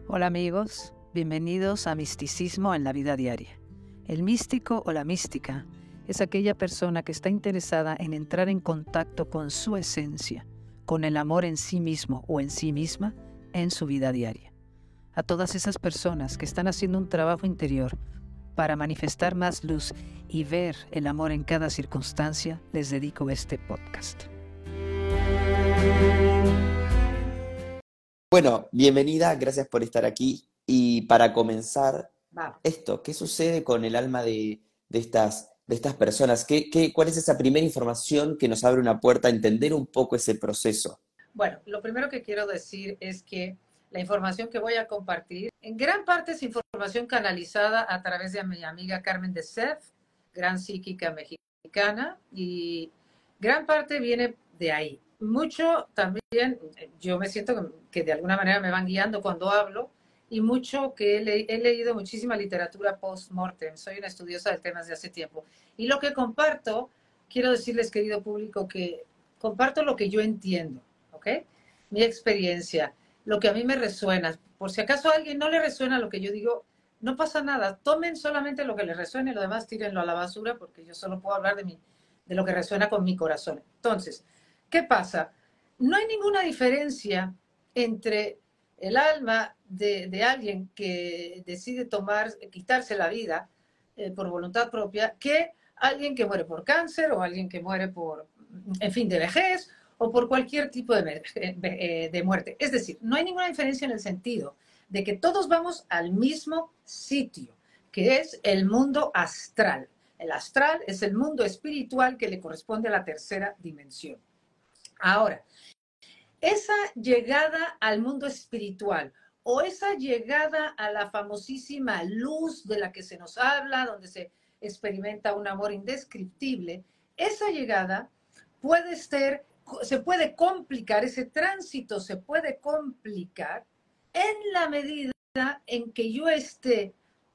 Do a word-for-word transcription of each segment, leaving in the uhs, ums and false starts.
Hola amigos, bienvenidos a Misticismo en la Vida Diaria. El místico o la mística es aquella persona que está interesada en entrar en contacto con su esencia, con el amor en sí mismo o en sí misma en su vida diaria. A todas esas personas que están haciendo un trabajo interior para manifestar más luz y ver el amor en cada circunstancia, les dedico este podcast. Bueno, bienvenida, gracias por estar aquí. Y para comenzar, Vamos. esto, ¿qué sucede con el alma de, de estas, de estas personas? ¿Qué, qué, cuál es esa primera información que nos abre una puerta a entender un poco ese proceso? Bueno, lo primero que quiero decir es que la información que voy a compartir, en gran parte es información canalizada a través de mi amiga Carmen de Seth, gran psíquica mexicana, y gran parte viene de ahí. Mucho también, yo me siento que de alguna manera me van guiando cuando hablo, y mucho que he, le he leído muchísima literatura post-mortem. Soy una estudiosa del tema desde hace tiempo. Y lo que comparto, quiero decirles, querido público, que comparto lo que yo entiendo, ¿ok? Mi experiencia, lo que a mí me resuena. Por si acaso a alguien no le resuena lo que yo digo, no pasa nada. Tomen solamente lo que les resuene, lo demás tírenlo a la basura, porque yo solo puedo hablar de, mi, de lo que resuena con mi corazón. Entonces, ¿qué pasa? No hay ninguna diferencia entre el alma de, de alguien que decide tomar, quitarse la vida eh, por voluntad propia, que alguien que muere por cáncer o alguien que muere por, en fin, de vejez o por cualquier tipo de, de muerte. Es decir, no hay ninguna diferencia en el sentido de que todos vamos al mismo sitio, que es el mundo astral. El astral es el mundo espiritual que le corresponde a la tercera dimensión. Ahora, esa llegada al mundo espiritual o esa llegada a la famosísima luz de la que se nos habla, donde se experimenta un amor indescriptible, esa llegada puede ser, se puede complicar, ese tránsito se puede complicar en la medida en que yo esté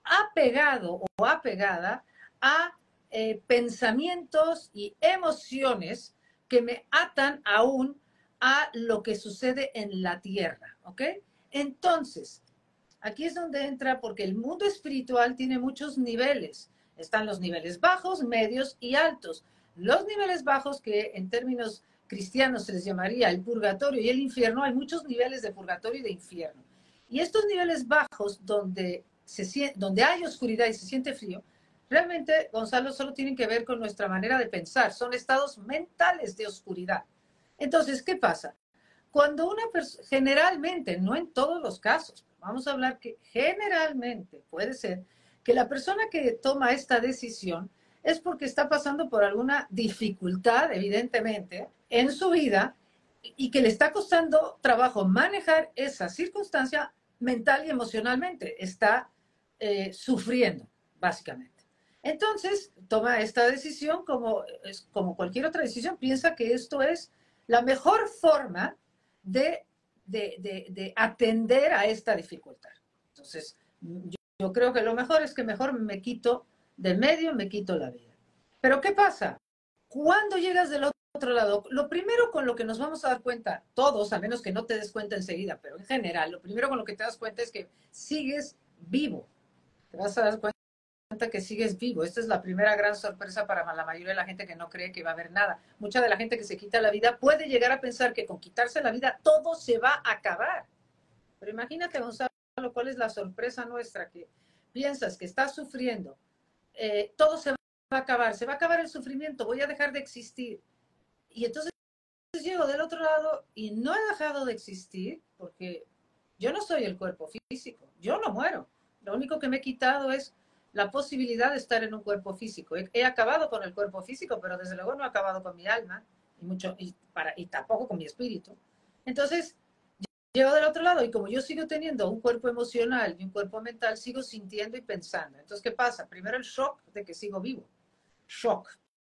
apegado o apegada a eh, pensamientos y emociones que me atan aún a lo que sucede en la tierra, ¿ok? Entonces, aquí es donde entra, porque el mundo espiritual tiene muchos niveles. Están los niveles bajos, medios y altos. Los niveles bajos, que en términos cristianos se les llamaría el purgatorio y el infierno, hay muchos niveles de purgatorio y de infierno. Y estos niveles bajos, donde, se, donde hay oscuridad y se siente frío, realmente, Gonzalo, solo tienen que ver con nuestra manera de pensar. Son estados mentales de oscuridad. Entonces, ¿qué pasa? Cuando una persona, generalmente, no en todos los casos, vamos a hablar que generalmente puede ser que la persona que toma esta decisión es porque está pasando por alguna dificultad, evidentemente, en su vida y que le está costando trabajo manejar esa circunstancia mental y emocionalmente. Está eh, sufriendo, básicamente. Entonces, toma esta decisión como, como cualquier otra decisión, piensa que esto es la mejor forma de, de, de, de atender a esta dificultad. Entonces, yo, yo creo que lo mejor es que mejor me quito de medio, me quito la vida. Pero ¿qué pasa? Cuando llegas del otro lado, lo primero con lo que nos vamos a dar cuenta, todos, a menos que no te des cuenta enseguida, pero en general, lo primero con lo que te das cuenta es que sigues vivo. Te vas a dar cuenta que sigues vivo. Esta es la primera gran sorpresa para la mayoría de la gente que no cree que va a haber nada. Mucha de la gente que se quita la vida puede llegar a pensar que con quitarse la vida todo se va a acabar. Pero imagínate, Gonzalo, cuál es la sorpresa nuestra, que piensas que estás sufriendo, eh, todo se va a acabar, se va a acabar el sufrimiento, voy a dejar de existir. Y entonces llego del otro lado y no he dejado de existir porque yo no soy el cuerpo físico, yo no muero. Lo único que me he quitado es la posibilidad de estar en un cuerpo físico. He, he acabado con el cuerpo físico, pero desde luego no he acabado con mi alma y, mucho, y, para, y tampoco con mi espíritu. Entonces, llego del otro lado y como yo sigo teniendo un cuerpo emocional y un cuerpo mental, sigo sintiendo y pensando. Entonces, ¿qué pasa? Primero el shock de que sigo vivo. Shock.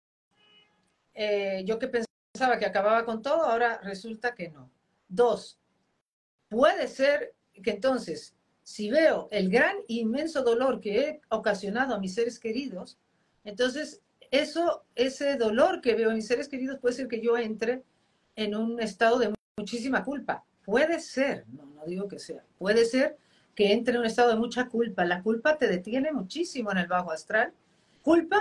Eh, yo que pensaba que acababa con todo, ahora resulta que no. Dos, puede ser que entonces, si veo el gran, inmenso dolor que he ocasionado a mis seres queridos, entonces eso, ese dolor que veo en mis seres queridos puede ser que yo entre en un estado de muchísima culpa. Puede ser, no, no digo que sea, puede ser que entre en un estado de mucha culpa. La culpa te detiene muchísimo en el bajo astral. Culpa,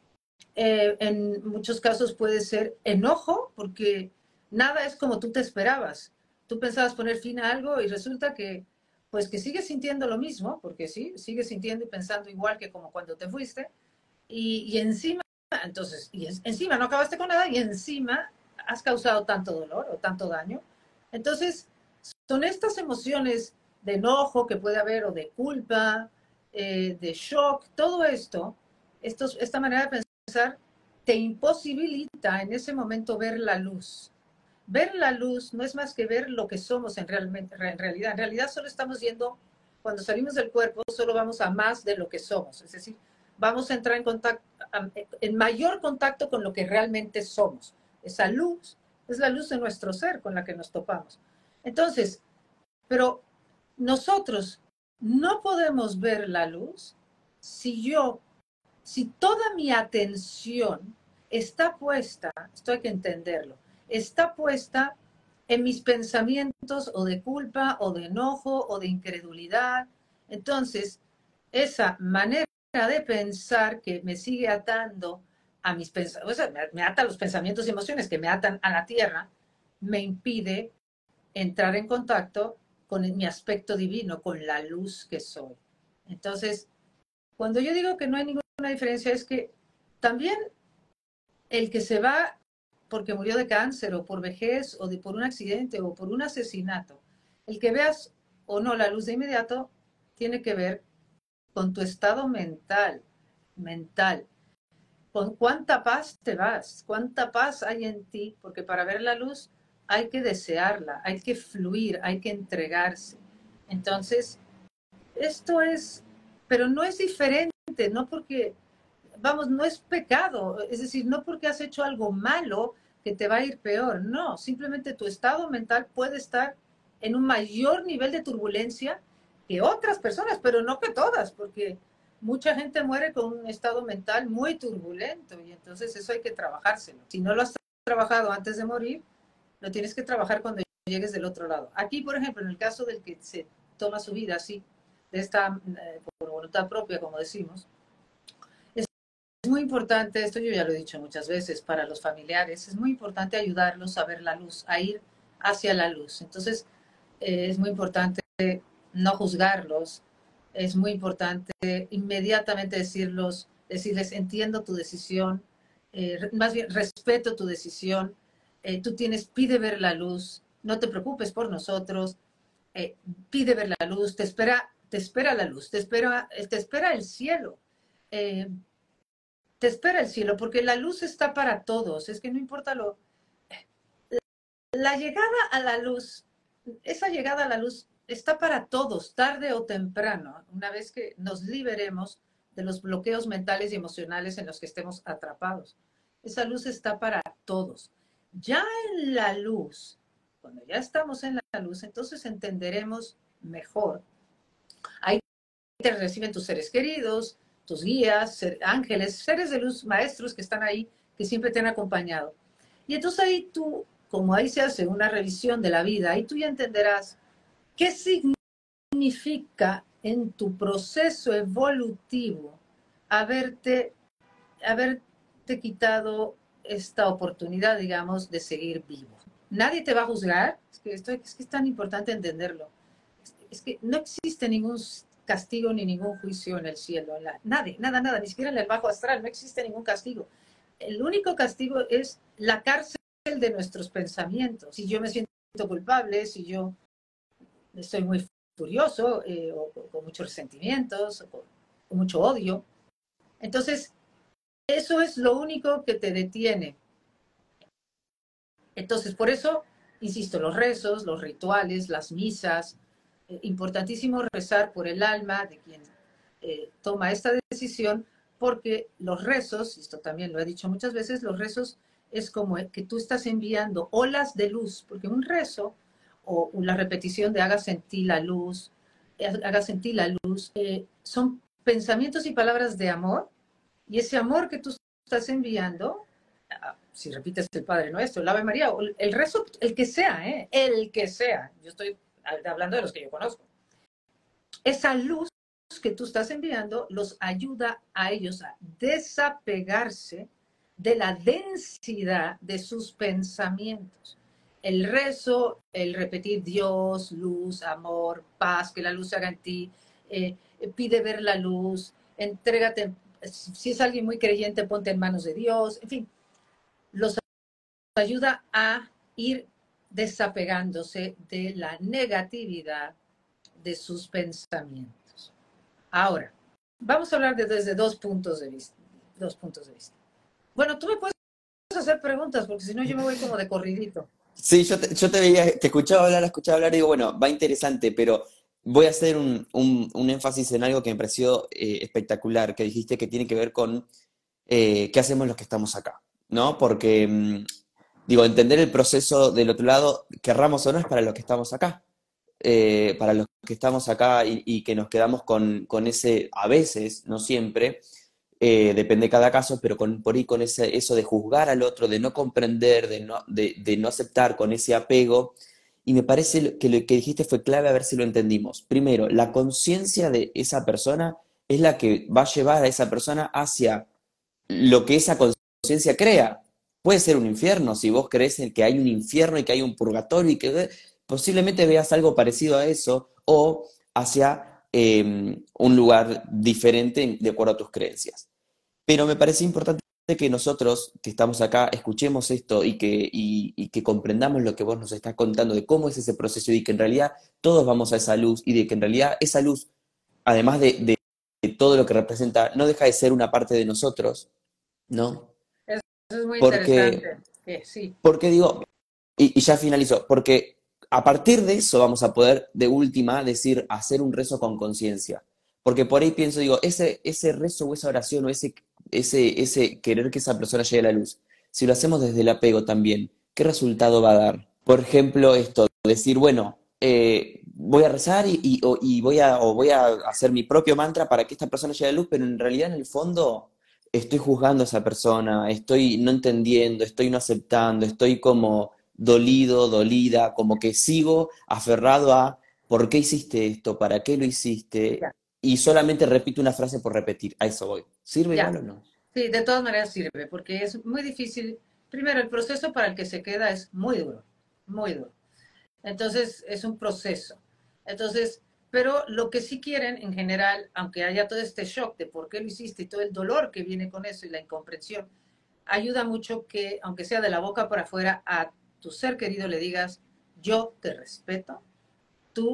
eh, en muchos casos puede ser enojo, porque nada es como tú te esperabas. Tú pensabas poner fin a algo y resulta que, pues que sigues sintiendo lo mismo, porque sí, sigues sintiendo y pensando igual que como cuando te fuiste, y, y encima, entonces, y es, encima no acabaste con nada y encima has causado tanto dolor o tanto daño. Entonces, son estas emociones de enojo que puede haber o de culpa, eh, de shock, todo esto, estos, esta manera de pensar te imposibilita en ese momento ver la luz. Ver la luz no es más que ver lo que somos en, realmente, en realidad. En realidad solo estamos yendo, cuando salimos del cuerpo, solo vamos a más de lo que somos. Es decir, vamos a entrar en contacto, en mayor contacto con lo que realmente somos. Esa luz es la luz de nuestro ser con la que nos topamos. Entonces, pero nosotros no podemos ver la luz si yo, si toda mi atención está puesta, esto hay que entenderlo, está puesta en mis pensamientos o de culpa o de enojo o de incredulidad. Entonces, esa manera de pensar que me sigue atando a mis pensamientos, o sea, me, me ata a los pensamientos y emociones que me atan a la tierra, me impide entrar en contacto con mi aspecto divino, con la luz que soy. Entonces, cuando yo digo que no hay ninguna diferencia, es que también el que se va porque murió de cáncer o por vejez o de, por un accidente o por un asesinato, el que veas o no la luz de inmediato tiene que ver con tu estado mental, mental, con cuánta paz te vas, cuánta paz hay en ti, porque para ver la luz hay que desearla, hay que fluir, hay que entregarse. Entonces, esto es, pero no es diferente, no porque, vamos, no es pecado, es decir, no porque has hecho algo malo que te va a ir peor, no, simplemente tu estado mental puede estar en un mayor nivel de turbulencia que otras personas, pero no que todas, porque mucha gente muere con un estado mental muy turbulento y entonces eso hay que trabajárselo. Si no lo has trabajado antes de morir, lo tienes que trabajar cuando llegues del otro lado. Aquí, por ejemplo, en el caso del que se toma su vida así, de esta, eh, por voluntad propia, como decimos, es muy importante, esto yo ya lo he dicho muchas veces, para los familiares, es muy importante ayudarlos a ver la luz, a ir hacia la luz. Entonces, eh, es muy importante no juzgarlos, es muy importante inmediatamente decirlos, decirles, entiendo tu decisión, eh, más bien respeto tu decisión, eh, tú tienes, pide ver la luz, no te preocupes por nosotros, eh, pide ver la luz, te espera, te espera la luz, te espera, te espera el cielo, eh, te espera el cielo, porque la luz está para todos, es que no importa lo... La llegada a la luz, esa llegada a la luz está para todos, tarde o temprano, una vez que nos liberemos de los bloqueos mentales y emocionales en los que estemos atrapados. Esa luz está para todos. Ya en la luz, cuando ya estamos en la luz, entonces entenderemos mejor. Ahí te reciben tus seres queridos, tus guías, ser, ángeles, seres de luz, maestros que están ahí, que siempre te han acompañado. Y entonces ahí tú, como ahí se hace una revisión de la vida, ahí tú ya entenderás qué significa en tu proceso evolutivo haberte, haberte quitado esta oportunidad, digamos, de seguir vivo. Nadie te va a juzgar, es que, esto, es que es tan importante entenderlo. Es, es que no existe ningún castigo ni ningún juicio en el cielo, en la, nada, nada, nada, ni siquiera en el bajo astral, no existe ningún castigo. El único castigo es la cárcel de nuestros pensamientos. Si yo me siento culpable, si yo estoy muy furioso, eh, o, o con muchos resentimientos, o con, con mucho odio, entonces eso es lo único que te detiene. Entonces, por eso, insisto, los rezos, los rituales, las misas, eh, importantísimo rezar por el alma de quien eh, toma esta decisión, porque los rezos, esto también lo he dicho muchas veces, los rezos es como que tú estás enviando olas de luz, porque un rezo o la repetición de haga sentir la luz, haga sentir la luz, eh, son pensamientos y palabras de amor, y ese amor que tú estás enviando, si repites el Padre Nuestro, el Ave María, el rezo, el que sea, ¿eh? el que sea, yo estoy hablando de los que yo conozco, esa luz que tú estás enviando los ayuda a ellos a desapegarse de la densidad de sus pensamientos. El rezo, el repetir Dios, luz, amor, paz, que la luz se haga en ti, eh, pide ver la luz, entrégate, si es alguien muy creyente, ponte en manos de Dios, en fin, los ayuda a ir desapegándose de la negatividad de sus pensamientos. Ahora, vamos a hablar de, desde dos puntos de vista. Dos puntos de vista. Bueno, tú me puedes hacer preguntas, porque si no yo me voy como de corridito. Sí, yo te, yo te veía, te escuchaba hablar, escuchaba hablar y digo, bueno, va interesante, pero voy a hacer un, un- un énfasis en algo que me pareció eh, espectacular, que dijiste que tiene que ver con eh, qué hacemos los que estamos acá, ¿no? Porque, mm, digo, entender el proceso del otro lado, querramos o no, es para los que estamos acá. Eh, para los que estamos acá y, y que nos quedamos con, con ese, a veces, no siempre, eh, depende de cada caso, pero con, por ahí con ese, eso de juzgar al otro, de no comprender, de no, de, de no aceptar, con ese apego. Y me parece que lo que dijiste fue clave, a ver si lo entendimos. Primero, la conciencia de esa persona es la que va a llevar a esa persona hacia lo que esa conciencia crea. Puede ser un infierno, si vos crees en que hay un infierno y que hay un purgatorio y que posiblemente veas algo parecido a eso o hacia eh, un lugar diferente de acuerdo a tus creencias. Pero me parece importante que nosotros que estamos acá escuchemos esto y que, y, y que comprendamos lo que vos nos estás contando de cómo es ese proceso y que en realidad todos vamos a esa luz y de que en realidad esa luz, además de, de, de todo lo que representa, no deja de ser una parte de nosotros, ¿no? Eso es muy Porque, interesante. Que sí, porque digo, y, y ya finalizo, porque a partir de eso vamos a poder de última decir, hacer un rezo con conciencia. Porque por ahí pienso, digo, ese, ese rezo o esa oración o ese, ese, ese querer que esa persona llegue a la luz, si lo hacemos desde el apego también, ¿qué resultado va a dar? Por ejemplo, esto, decir, bueno, eh, voy a rezar y, y, o, y voy a, o voy a hacer mi propio mantra para que esta persona llegue a la luz, pero en realidad en el fondo estoy juzgando a esa persona, estoy no entendiendo, estoy no aceptando, estoy como dolido, dolida, como que sigo aferrado a ¿por qué hiciste esto? ¿Para qué lo hiciste? ya, Y solamente repito una frase por repetir, a eso voy. ¿Sirve igual ya. o no? Sí, de todas maneras sirve, porque es muy difícil. Primero, el proceso para el que se queda es muy duro, muy duro. Entonces, es un proceso. Entonces, pero lo que sí quieren en general, aunque haya todo este shock de por qué lo hiciste y todo el dolor que viene con eso y la incomprensión, ayuda mucho que, aunque sea de la boca para afuera, a tu ser querido le digas, yo te respeto, tú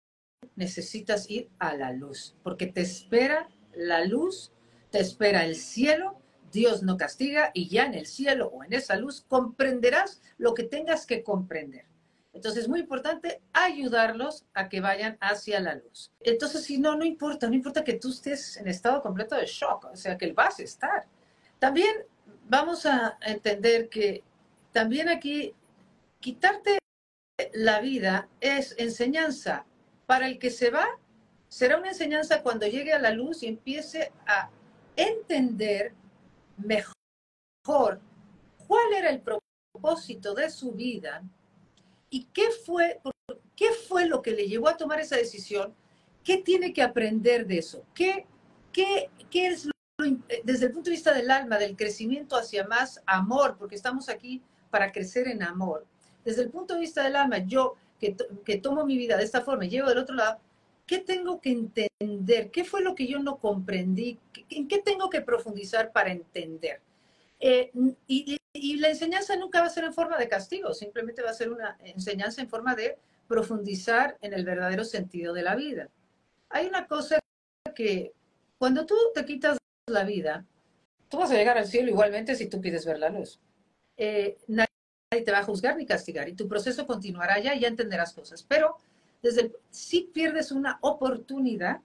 necesitas ir a la luz, porque te espera la luz, te espera el cielo, Dios no castiga y ya en el cielo o en esa luz comprenderás lo que tengas que comprender. Entonces es muy importante ayudarlos a que vayan hacia la luz. Entonces, si no, no importa, no importa que tú estés en estado completo de shock, o sea, que él vas a estar. También vamos a entender que también aquí quitarte la vida es enseñanza. Para el que se va, será una enseñanza cuando llegue a la luz y empiece a entender mejor cuál era el propósito de su vida y qué fue, qué fue lo que le llevó a tomar esa decisión, qué tiene que aprender de eso, qué, qué, qué es lo, desde el punto de vista del alma, del crecimiento hacia más amor, porque estamos aquí para crecer en amor. Desde el punto de vista del alma, yo que, que tomo mi vida de esta forma y llego del otro lado, ¿qué tengo que entender? ¿Qué fue lo que yo no comprendí? ¿En qué tengo que profundizar para entender? Eh, y, y, la enseñanza nunca va a ser en forma de castigo, simplemente va a ser una enseñanza en forma de profundizar en el verdadero sentido de la vida. Hay una cosa que cuando tú te quitas la vida, tú vas a llegar al cielo igualmente si tú pides ver la luz. Eh, nadie te va a juzgar ni castigar y tu proceso continuará ya y ya entenderás cosas. Pero desde el, si pierdes una oportunidad,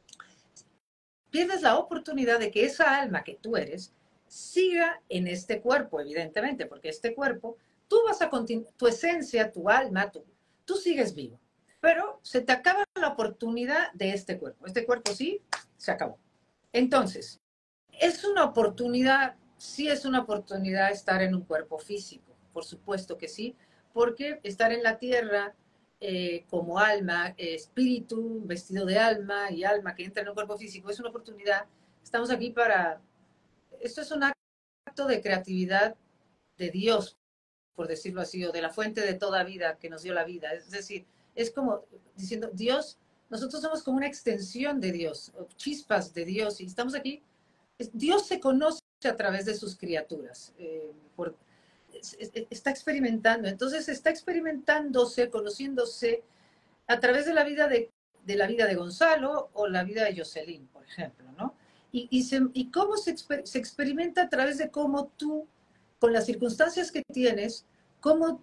pierdes la oportunidad de que esa alma que tú eres siga en este cuerpo, evidentemente, porque este cuerpo, tú vas a continuar, tu esencia, tu alma, tú, tú sigues vivo, pero se te acaba la oportunidad de este cuerpo. Este cuerpo sí, se acabó. Entonces, es una oportunidad, sí es una oportunidad estar en un cuerpo físico, por supuesto que sí, porque estar en la tierra eh, como alma, eh, espíritu vestido de alma y alma que entra en un cuerpo físico, es una oportunidad. Estamos aquí para... Esto es un acto de creatividad de Dios, por decirlo así, o de la fuente de toda vida que nos dio la vida. Es decir, es como diciendo, Dios, nosotros somos como una extensión de Dios, chispas de Dios, y estamos aquí. Dios se conoce a través de sus criaturas, eh, por, está experimentando, entonces está experimentándose, conociéndose a través de la vida de, de la vida de Gonzalo o la vida de Jocelyn, por ejemplo, ¿no? Y, y, se, y cómo se, exper se experimenta a través de cómo tú, con las circunstancias que tienes, cómo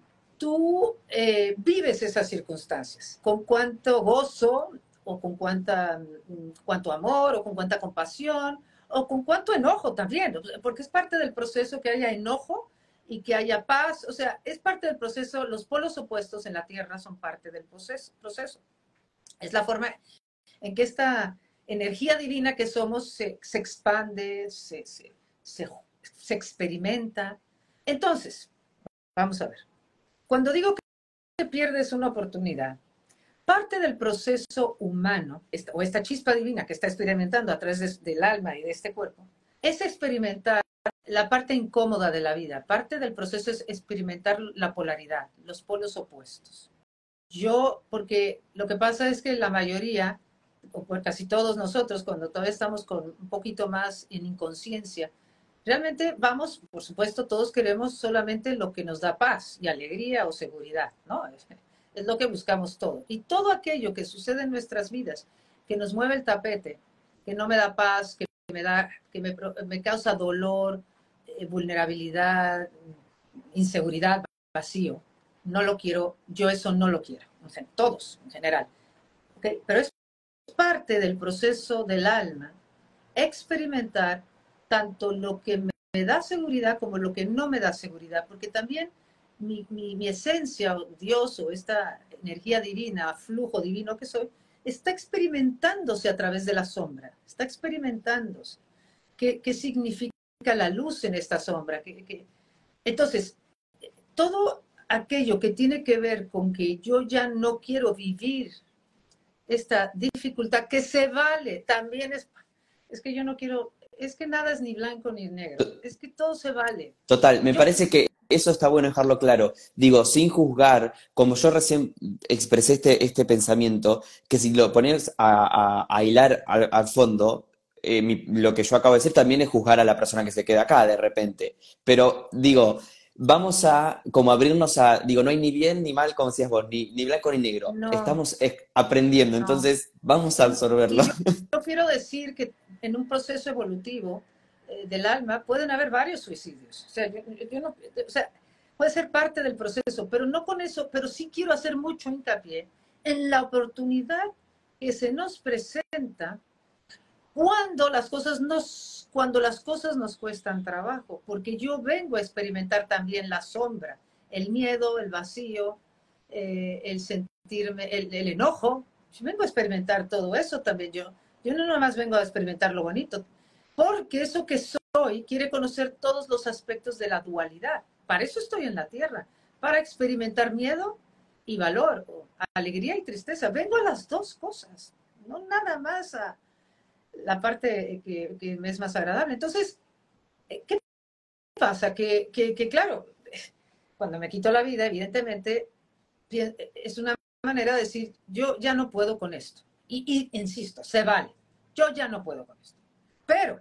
tú eh, vives esas circunstancias, con cuánto gozo o con cuánta, cuánto amor o con cuánta compasión o con cuánto enojo también, porque es parte del proceso que haya enojo y que haya paz, o sea, es parte del proceso, los polos opuestos en la Tierra son parte del proceso, proceso. Es la forma en que esta energía divina que somos se, se expande, se, se, se, se experimenta. Entonces, vamos a ver, cuando digo que pierdes una oportunidad, parte del proceso humano, esta, o esta chispa divina que está experimentando a través de, del alma y de este cuerpo, es experimentar la parte incómoda de la vida. Parte del proceso es experimentar la polaridad, los polos opuestos. Yo, porque lo que pasa es que la mayoría, o por casi todos nosotros, cuando todavía estamos con un poquito más en inconsciencia, realmente vamos, por supuesto, todos queremos solamente lo que nos da paz y alegría o seguridad, ¿no? Es lo que buscamos todo. Y todo aquello que sucede en nuestras vidas, que nos mueve el tapete, que no me da paz, que me, da, que me, me causa dolor, eh, vulnerabilidad, inseguridad, vacío, no lo quiero, yo eso no lo quiero, o sea, todos en general. ¿Okay? Pero es parte del proceso del alma experimentar tanto lo que me, me da seguridad como lo que no me da seguridad, porque también mi, mi, mi esencia, o Dios, o esta energía divina, flujo divino que soy, está experimentándose a través de la sombra, está experimentándose. ¿Qué, qué significa la luz en esta sombra? ¿Qué, qué? Entonces, todo aquello que tiene que ver con que yo ya no quiero vivir esta dificultad, que se vale, también es, es que yo no quiero, es que nada es ni blanco ni negro, es que todo se vale. Total, me Yo, parece que eso está bueno dejarlo claro. Digo, sin juzgar, como yo recién expresé este, este pensamiento, que si lo pones a, a- a hilar al, al fondo, eh, mi- lo que yo acabo de decir también es juzgar a la persona que se queda acá de repente. Pero digo, vamos a como abrirnos a, digo, no hay ni bien ni mal, como decías vos, ni, ni blanco ni negro. no, Estamos eh, aprendiendo, no. entonces vamos a Y, absorberlo. y yo, yo, quiero decir que en un proceso evolutivo eh, del alma pueden haber varios suicidios. O sea, yo, yo no, o sea, puede ser parte del proceso, pero no con eso, pero sí quiero hacer mucho hincapié en la oportunidad que se nos presenta cuando las cosas nos, cuando las cosas nos cuestan trabajo, porque yo vengo a experimentar también la sombra, el miedo, el vacío, eh, el sentirme, el, el enojo. Yo vengo a experimentar todo eso también. Yo, yo no nada más vengo a experimentar lo bonito, porque eso que soy quiere conocer todos los aspectos de la dualidad. Para eso estoy en la tierra, para experimentar miedo y valor, o alegría y tristeza. Vengo a las dos cosas, no nada más a la parte que, que me es más agradable. Entonces, ¿qué pasa? Que, que, que, claro, cuando me quito la vida, evidentemente, es una manera de decir, yo ya no puedo con esto. Y, y insisto, se vale, yo ya no puedo con esto. Pero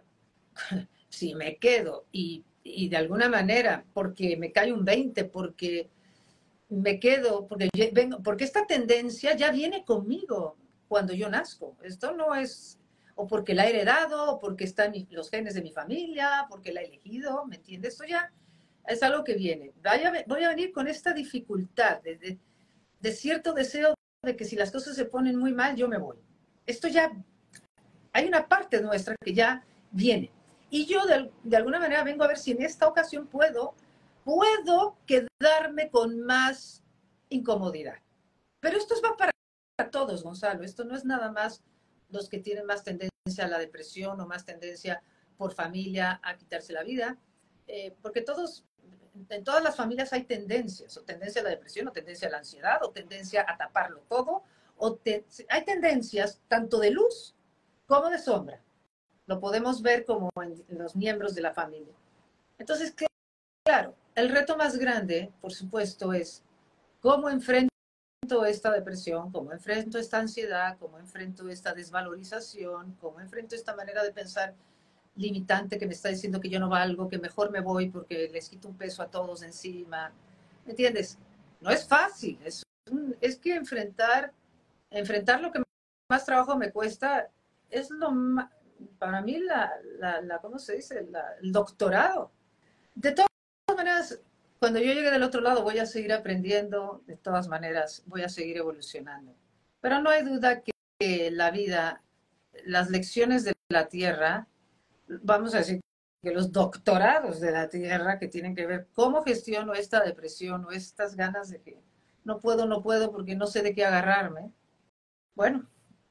si me quedo y, y de alguna manera, porque me cae un veinte, porque me quedo, porque, vengo, porque esta tendencia ya viene conmigo cuando yo nazco. Esto no es, o porque la he heredado, o porque están los genes de mi familia, porque la he elegido, ¿me entiendes? Esto ya es algo que viene. Vaya, voy a venir con esta dificultad de, de, de cierto deseo de que si las cosas se ponen muy mal, yo me voy. Esto ya, hay una parte nuestra que ya viene. Y yo de, de alguna manera vengo a ver si en esta ocasión puedo puedo quedarme con más incomodidad. Pero esto va para todos, Gonzalo. Esto no es nada más los que tienen más tendencia a la depresión o más tendencia por familia a quitarse la vida, eh, porque todos, en todas las familias hay tendencias, o tendencia a la depresión, o tendencia a la ansiedad, o tendencia a taparlo todo, o te, hay tendencias tanto de luz como de sombra. Lo podemos ver como en los miembros de la familia. Entonces, claro, el reto más grande, por supuesto, es cómo enfrento esta depresión, cómo enfrento esta ansiedad, cómo enfrento esta desvalorización, cómo enfrento esta manera de pensar limitante que me está diciendo que yo no valgo, que mejor me voy porque les quito un peso a todos encima. ¿Me entiendes? No es fácil. Es, un, es que enfrentar, enfrentar lo que más trabajo me cuesta es lo más, para mí, la, la, la ¿cómo se dice? La, el doctorado. De todas maneras, cuando yo llegue del otro lado voy a seguir aprendiendo, de todas maneras voy a seguir evolucionando. Pero no hay duda que, que la vida, las lecciones de la tierra, vamos a decir que los doctorados de la tierra que tienen que ver cómo gestiono esta depresión o estas ganas de que no puedo, no puedo porque no sé de qué agarrarme. Bueno.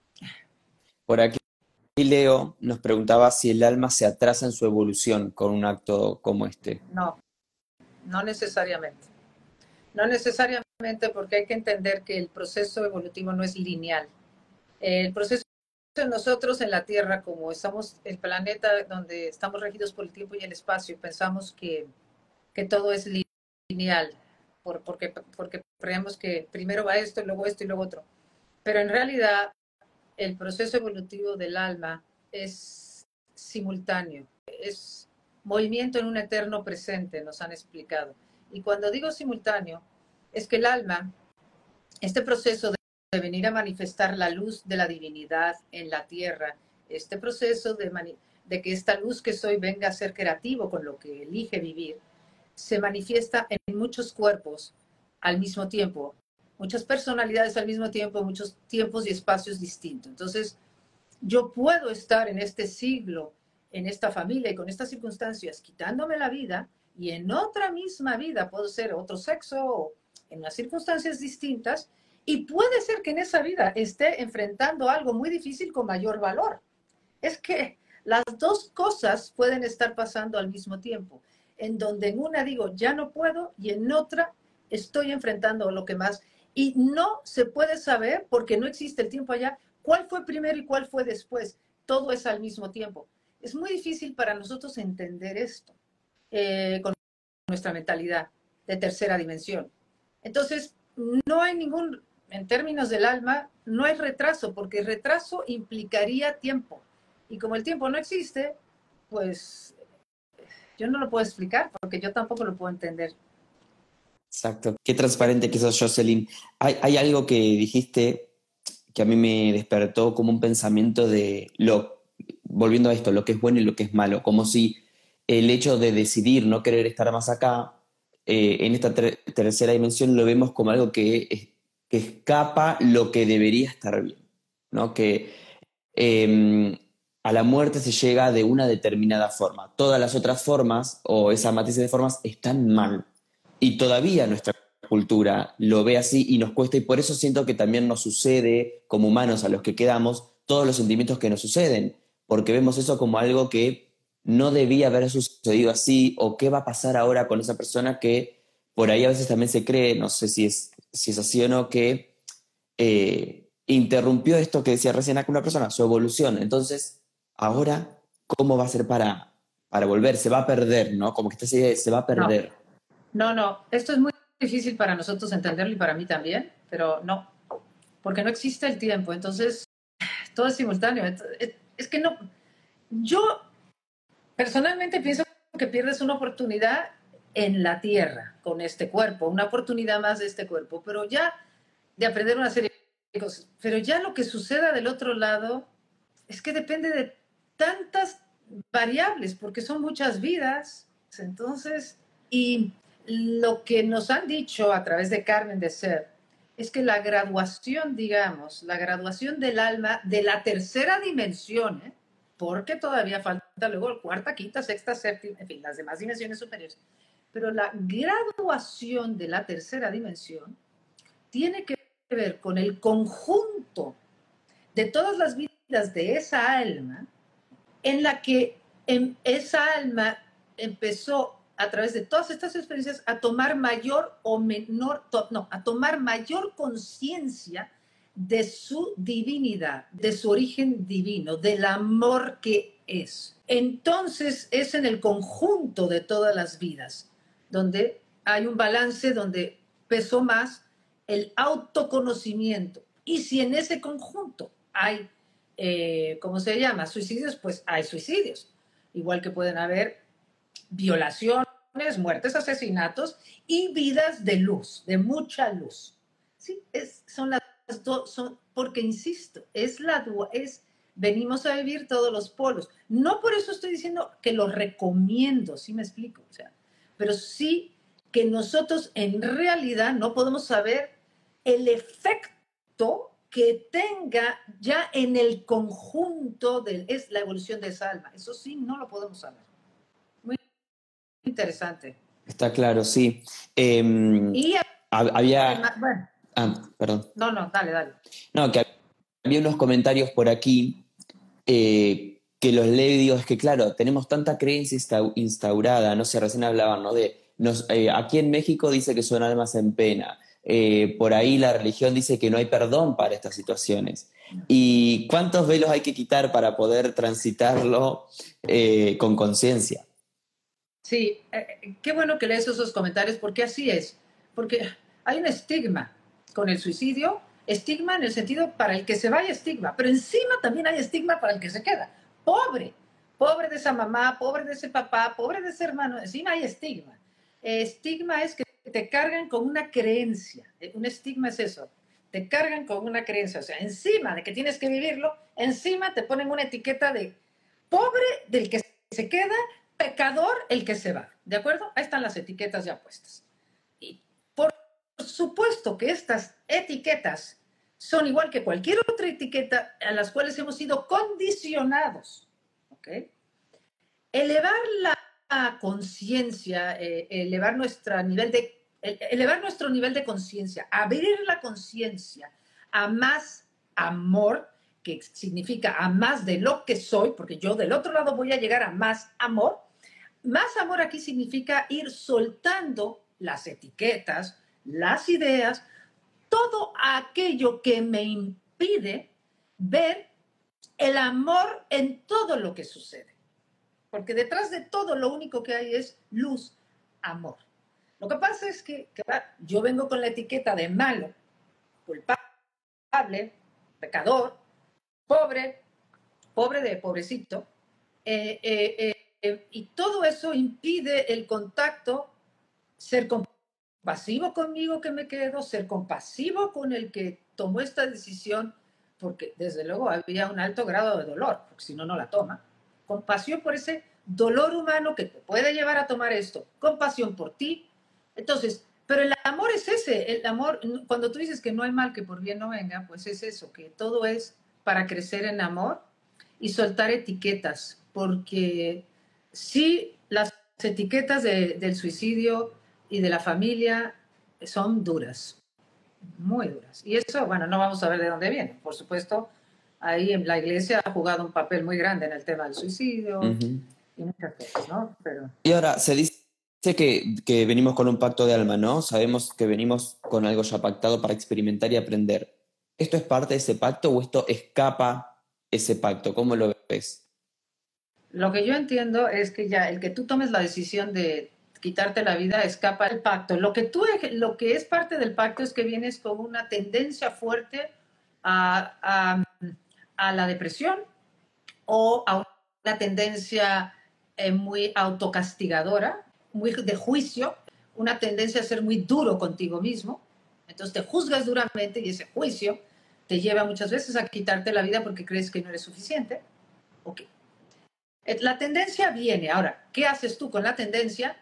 Por aquí Leo nos preguntaba si el alma se atrasa en su evolución con un acto como este. No, no necesariamente. No necesariamente, porque hay que entender que el proceso evolutivo no es lineal. El proceso de nosotros en la Tierra, como estamos el planeta donde estamos regidos por el tiempo y el espacio, pensamos que, que todo es lineal, por, porque, porque creemos que primero va esto, y luego esto y luego otro. Pero en realidad el proceso evolutivo del alma es simultáneo, es movimiento en un eterno presente, nos han explicado. Y cuando digo simultáneo, es que el alma, este proceso de, de venir a manifestar la luz de la divinidad en la tierra, este proceso de, mani de que esta luz que soy venga a ser creativo con lo que elige vivir, se manifiesta en muchos cuerpos al mismo tiempo, muchas personalidades al mismo tiempo, muchos tiempos y espacios distintos. Entonces, yo puedo estar en este siglo, en esta familia y con estas circunstancias, quitándome la vida, y en otra misma vida puedo ser otro sexo, en unas circunstancias distintas, y puede ser que en esa vida esté enfrentando algo muy difícil con mayor valor. Es que las dos cosas pueden estar pasando al mismo tiempo, en donde en una digo, ya no puedo, y en otra estoy enfrentando lo que más, y no se puede saber, porque no existe el tiempo allá, cuál fue primero y cuál fue después. Todo es al mismo tiempo. Es muy difícil para nosotros entender esto eh, con nuestra mentalidad de tercera dimensión. Entonces, no hay ningún, en términos del alma, no hay retraso, porque retraso implicaría tiempo. Y como el tiempo no existe, pues yo no lo puedo explicar, porque yo tampoco lo puedo entender. Exacto. Qué transparente que sos, Jocelyn. Hay, hay algo que dijiste que a mí me despertó como un pensamiento de lo, volviendo a esto, lo que es bueno y lo que es malo, como si el hecho de decidir no querer estar más acá, eh, en esta ter tercera dimensión lo vemos como algo que, que escapa lo que debería estar bien, ¿no? Que eh, a la muerte se llega de una determinada forma. Todas las otras formas o esa matriz de formas están mal. Y todavía nuestra cultura lo ve así y nos cuesta, y por eso siento que también nos sucede como humanos a los que quedamos todos los sentimientos que nos suceden, porque vemos eso como algo que no debía haber sucedido así, o qué va a pasar ahora con esa persona que por ahí a veces también se cree, no sé si es, si es así o no, que eh, interrumpió esto que decía recién acá una persona, su evolución. Entonces, ahora, ¿cómo va a ser para, para volver? Se va a perder, ¿no? Como que esta idea de se va a No, perder. no, no. Esto es muy difícil para nosotros entenderlo y para mí también, pero no, porque no existe el tiempo. Entonces, todo es simultáneo. Es que no, yo personalmente pienso que pierdes una oportunidad en la tierra con este cuerpo, una oportunidad más de este cuerpo, pero ya de aprender una serie de cosas. Pero ya lo que suceda del otro lado es que depende de tantas variables, porque son muchas vidas. Entonces, y lo que nos han dicho a través de Carmen de Ser es que la graduación, digamos, la graduación del alma de la tercera dimensión, ¿eh? Porque todavía falta luego cuarta, quinta, sexta, séptima, en fin, las demás dimensiones superiores. Pero la graduación de la tercera dimensión tiene que ver con el conjunto de todas las vidas de esa alma, en la que en esa alma empezó a través de todas estas experiencias, a tomar mayor o menor, to, no, a tomar mayor conciencia de su divinidad, de su origen divino, del amor que es. Entonces es en el conjunto de todas las vidas donde hay un balance, donde pesó más el autoconocimiento. Y si en ese conjunto hay, eh, ¿cómo se llama? Suicidios, pues hay suicidios. Igual que pueden haber violaciones, muertes, asesinatos y vidas de luz, de mucha luz. Sí, es, son las dos, son, porque insisto, es la es venimos a vivir todos los polos. No por eso estoy diciendo que lo recomiendo, ¿sí me explico? O sea, pero sí que nosotros en realidad no podemos saber el efecto que tenga ya en el conjunto de es la evolución de esa alma. Eso sí, no lo podemos saber. Muy interesante. Está claro, sí. Eh, y había... además, bueno, ah, perdón. No, no, dale, dale. No, que había unos comentarios por aquí eh, que los leo y digo, es que claro, tenemos tanta creencia instaurada, no sé, recién hablaban, ¿no? De, nos, eh, aquí en México dice que son almas en pena, eh, por ahí la religión dice que no hay perdón para estas situaciones. ¿Y cuántos velos hay que quitar para poder transitarlo eh, con conciencia? Sí, eh, qué bueno que lees esos comentarios, porque así es, porque hay un estigma con el suicidio, estigma en el sentido para el que se vaya estigma, pero encima también hay estigma para el que se queda. Pobre, pobre de esa mamá, pobre de ese papá, pobre de ese hermano, encima hay estigma. Eh, estigma es que te cargan con una creencia, eh, un estigma es eso, te cargan con una creencia, o sea, encima de que tienes que vivirlo, encima te ponen una etiqueta de pobre del que se queda, pecador el que se va, ¿de acuerdo? Ahí están las etiquetas ya puestas. Y por supuesto que estas etiquetas son igual que cualquier otra etiqueta a las cuales hemos sido condicionados, ¿ok? Elevar la conciencia, eh, elevar nuestro nivel de, elevar nuestro nivel de conciencia, abrir la conciencia a más amor, que significa a más de lo que soy, porque yo del otro lado voy a llegar a más amor. Más amor aquí significa ir soltando las etiquetas, las ideas, todo aquello que me impide ver el amor en todo lo que sucede. Porque detrás de todo lo único que hay es luz, amor. Lo que pasa es que, que yo vengo con la etiqueta de malo, culpable, pecador, pobre, pobre de pobrecito, eh, eh, eh, y todo eso impide el contacto, ser compasivo conmigo que me quedo, ser compasivo con el que tomó esta decisión, porque desde luego había un alto grado de dolor, porque si no, no la toma. Compasión por ese dolor humano que te puede llevar a tomar esto, compasión por ti. Entonces, pero el amor es ese, el amor, cuando tú dices que no hay mal que por bien no venga, pues es eso, que todo es para crecer en amor y soltar etiquetas, porque sí, las etiquetas de, del suicidio y de la familia son duras, muy duras. Y eso, bueno, no vamos a ver de dónde viene. Por supuesto, ahí en la iglesia ha jugado un papel muy grande en el tema del suicidio uh-huh. y muchas cosas, ¿no? Pero... Y ahora, se dice que, que venimos con un pacto de alma, ¿no? Sabemos que venimos con algo ya pactado para experimentar y aprender. ¿Esto es parte de ese pacto o esto escapa ese pacto? ¿Cómo lo ves? Lo que yo entiendo es que ya el que tú tomes la decisión de quitarte la vida escapa del pacto. Lo que, tú, lo que es parte del pacto es que vienes con una tendencia fuerte a, a, a la depresión o a una tendencia eh, muy autocastigadora, muy de juicio, una tendencia a ser muy duro contigo mismo. Entonces te juzgas duramente y ese juicio te lleva muchas veces a quitarte la vida porque crees que no eres suficiente. Okay. La tendencia viene. Ahora, ¿qué haces tú con la tendencia?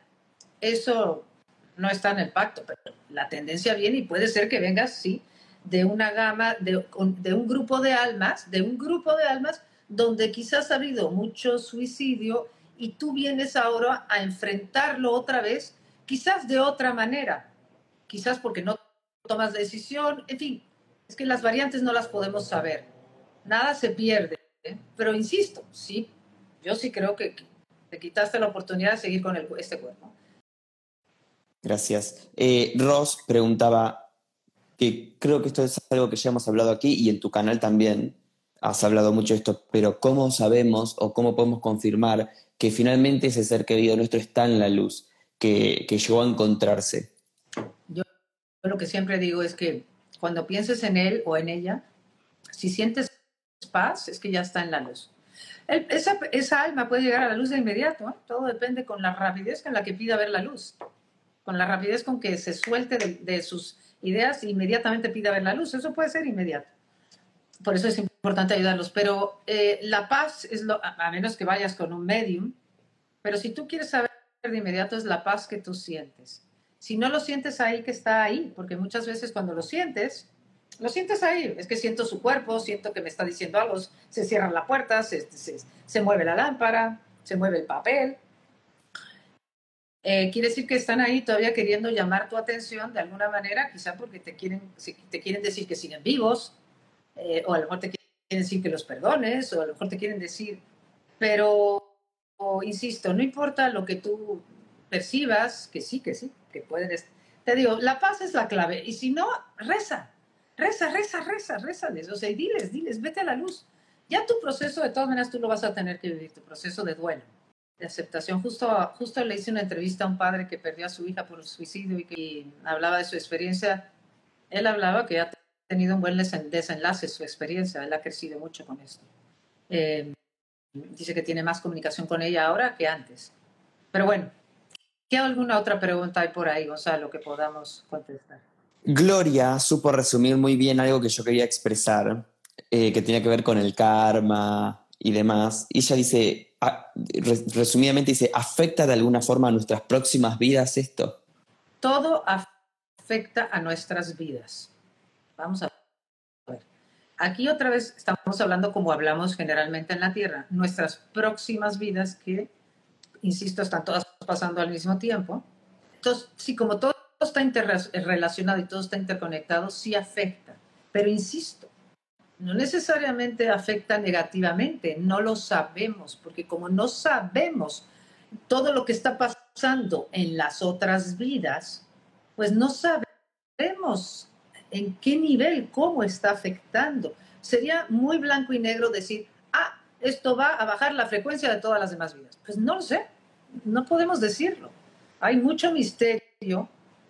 Eso no está en el pacto, pero la tendencia viene y puede ser que vengas, sí, de una gama, de, de un grupo de almas, de un grupo de almas donde quizás ha habido mucho suicidio y tú vienes ahora a enfrentarlo otra vez, quizás de otra manera, quizás porque no tomas decisión, en fin, es que las variantes no las podemos saber. Nada se pierde, ¿eh? Pero insisto, sí, yo sí creo que te quitaste la oportunidad de seguir con el, este cuerpo. Gracias. Eh, Ross preguntaba, que creo que esto es algo que ya hemos hablado aquí y en tu canal también has hablado mucho de esto, pero ¿cómo sabemos o cómo podemos confirmar que finalmente ese ser querido nuestro está en la luz, que, que llegó a encontrarse? Yo lo que siempre digo es que cuando pienses en él o en ella, si sientes paz, es que ya está en la luz. El, esa, esa alma puede llegar a la luz de inmediato, ¿eh? Todo depende con la rapidez con la que pida ver la luz, con la rapidez con que se suelte de, de sus ideas e inmediatamente pida ver la luz. Eso puede ser inmediato. Por eso es importante ayudarlos. Pero eh, la paz es lo, a, a menos que vayas con un medium, pero si tú quieres saber de inmediato es la paz que tú sientes. Si no lo sientes ahí, que está ahí, porque muchas veces cuando lo sientes, lo sientes ahí. Es que siento su cuerpo, siento que me está diciendo algo, se cierra la puerta, se, se, se mueve la lámpara, se mueve el papel. Eh, quiere decir que están ahí todavía queriendo llamar tu atención de alguna manera, quizá porque te quieren, te quieren decir que siguen vivos, eh, o a lo mejor te quieren decir que los perdones, o a lo mejor te quieren decir, pero o, insisto, no importa lo que tú percibas, que sí, que sí, que puedes. Te digo, la paz es la clave. Y si no, reza, reza, reza, reza, rezales. O sea, y diles, diles, vete a la luz. Ya tu proceso, de todas maneras, tú lo vas a tener que vivir, tu proceso de duelo, de aceptación. Justo, justo le hice una entrevista a un padre que perdió a su hija por suicidio y que hablaba de su experiencia. Él hablaba que ha tenido un buen desenlace su experiencia, él ha crecido mucho con esto. Eh, Dice que tiene más comunicación con ella ahora que antes. Pero bueno, ¿qué alguna otra pregunta hay por ahí, Gonzalo, que podamos contestar? Gloria supo resumir muy bien algo que yo quería expresar, eh, que tenía que ver con el karma y demás. Y ella dice, ah, res- resumidamente dice, ¿afecta de alguna forma a nuestras próximas vidas esto? Todo afecta a nuestras vidas. Vamos a ver. Aquí otra vez estamos hablando como hablamos generalmente en la Tierra. Nuestras próximas vidas que, insisto, están todas pasando al mismo tiempo. Entonces, sí, como todo está interrelacionado y todo está interconectado, sí afecta. Pero insisto, no necesariamente afecta negativamente, no lo sabemos, porque como no sabemos todo lo que está pasando en las otras vidas, pues no sabemos en qué nivel, cómo está afectando. Sería muy blanco y negro decir, ah, esto va a bajar la frecuencia de todas las demás vidas. Pues no lo sé, no podemos decirlo. Hay mucho misterio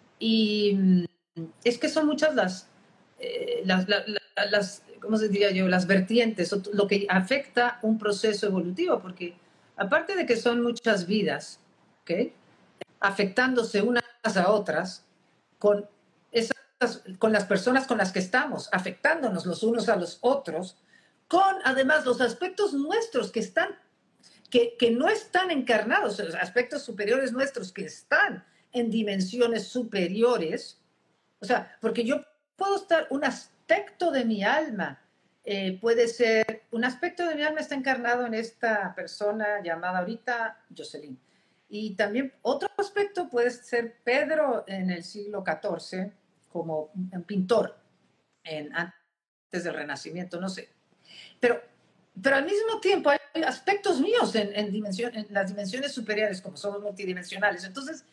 y mm, es que son muchas las, eh, las, las, las, ¿cómo se diría yo? Las vertientes, lo que afecta un proceso evolutivo, porque aparte de que son muchas vidas, ¿ok? Afectándose unas a otras, con, esas, con las personas con las que estamos, afectándonos los unos a los otros, con además los aspectos nuestros que están, que, que no están encarnados, los aspectos superiores nuestros que están en dimensiones superiores. O sea, porque yo puedo estar, un aspecto de mi alma, eh, puede ser, un aspecto de mi alma está encarnado en esta persona llamada ahorita Jocelyn. Y también otro aspecto puede ser Pedro en el siglo catorce, como un pintor, en, antes del Renacimiento, no sé. Pero, pero al mismo tiempo hay aspectos míos en, en, dimensión, en las dimensiones superiores, como somos multidimensionales. Entonces,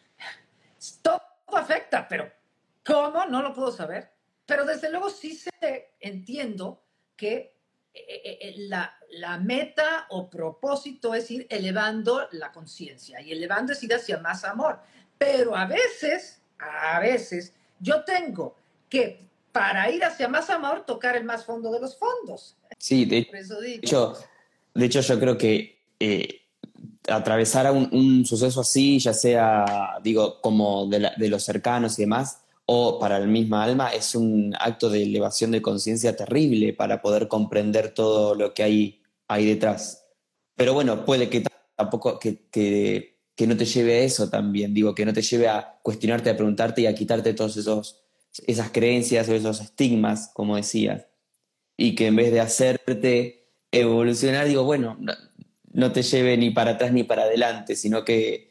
todo afecta, pero ¿cómo? No lo puedo saber. Pero desde luego sí se entiendo que eh, eh, la, la meta o propósito es ir elevando la conciencia y elevando es ir hacia más amor. Pero a veces, a veces, yo tengo que, para ir hacia más amor, tocar el más fondo de los fondos. Sí, de Por eso digo. hecho, de hecho yo creo que eh, atravesar a un, un suceso así, ya sea, digo, como de, la- de los cercanos y demás, o para el misma alma, es un acto de elevación de conciencia terrible para poder comprender todo lo que hay ahí detrás. Pero bueno, puede que tampoco, que, que, que no te lleve a eso también, digo, que no te lleve a cuestionarte, a preguntarte y a quitarte todos esos, esas creencias o esos estigmas, como decías, y que en vez de hacerte evolucionar, digo, bueno, no, no te lleve ni para atrás ni para adelante, sino que